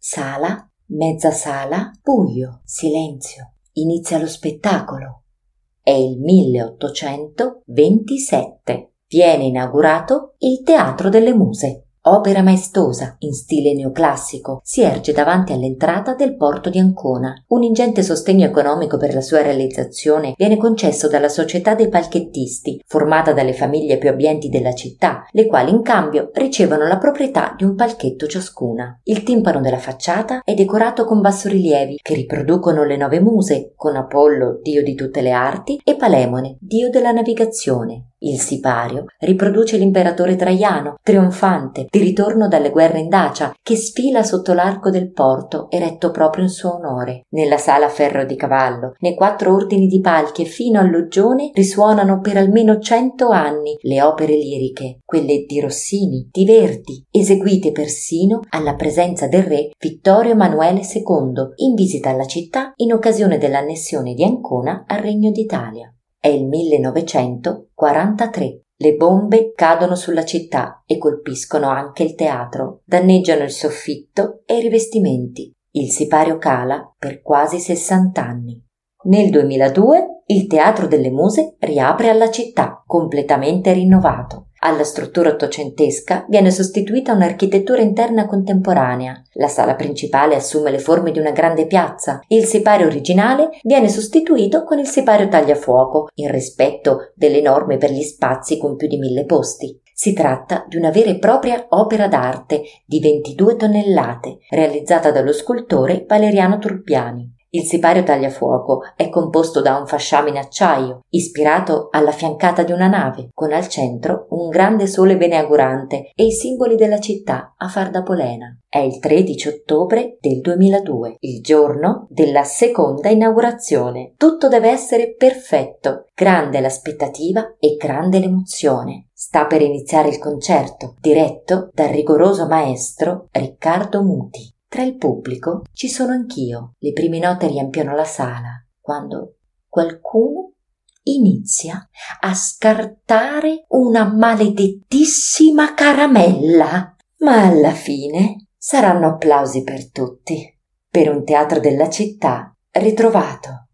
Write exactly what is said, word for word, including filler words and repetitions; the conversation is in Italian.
Sala, mezza sala, buio, silenzio. Inizia lo spettacolo. È il milleottocentoventisette. Viene inaugurato il Teatro delle Muse. Opera maestosa, in stile neoclassico, si erge davanti all'entrata del porto di Ancona. Un ingente sostegno economico per la sua realizzazione viene concesso dalla Società dei Palchettisti, formata dalle famiglie più abbienti della città, le quali in cambio ricevono la proprietà di un palchetto ciascuna. Il timpano della facciata è decorato con bassorilievi che riproducono le nove muse, con Apollo, dio di tutte le arti, e Palemone, dio della navigazione. Il sipario riproduce l'imperatore Traiano, trionfante, di ritorno dalle guerre in Dacia, che sfila sotto l'arco del porto eretto proprio in suo onore. Nella sala a ferro di cavallo, nei quattro ordini di palchi e fino al loggione risuonano per almeno cento anni le opere liriche, quelle di Rossini, di Verdi, eseguite persino alla presenza del re Vittorio Emanuele secondo, in visita alla città in occasione dell'annessione di Ancona al Regno d'Italia. È il millenovecentoquarantatré. Le bombe cadono sulla città e colpiscono anche il teatro, danneggiano il soffitto e i rivestimenti. Il sipario cala per quasi sessanta anni. Nel duemiladue il Teatro delle Muse riapre alla città, completamente rinnovato. Alla struttura ottocentesca viene sostituita un'architettura interna contemporanea. La sala principale assume le forme di una grande piazza. Il sipario originale viene sostituito con il sipario tagliafuoco, in rispetto delle norme per gli spazi con più di mille posti. Si tratta di una vera e propria opera d'arte di ventidue tonnellate, realizzata dallo scultore Valeriano Turpiani. Il sipario tagliafuoco è composto da un fasciame in acciaio, ispirato alla fiancata di una nave, con al centro un grande sole beneaugurante e i simboli della città a far da polena. È il tredici ottobre del duemiladue, il giorno della seconda inaugurazione. Tutto deve essere perfetto, grande l'aspettativa e grande l'emozione. Sta per iniziare il concerto, diretto dal rigoroso maestro Riccardo Muti. Tra il pubblico ci sono anch'io. Le prime note riempiono la sala, quando qualcuno inizia a scartare una maledettissima caramella. Ma alla fine saranno applausi per tutti, per un teatro della città ritrovato.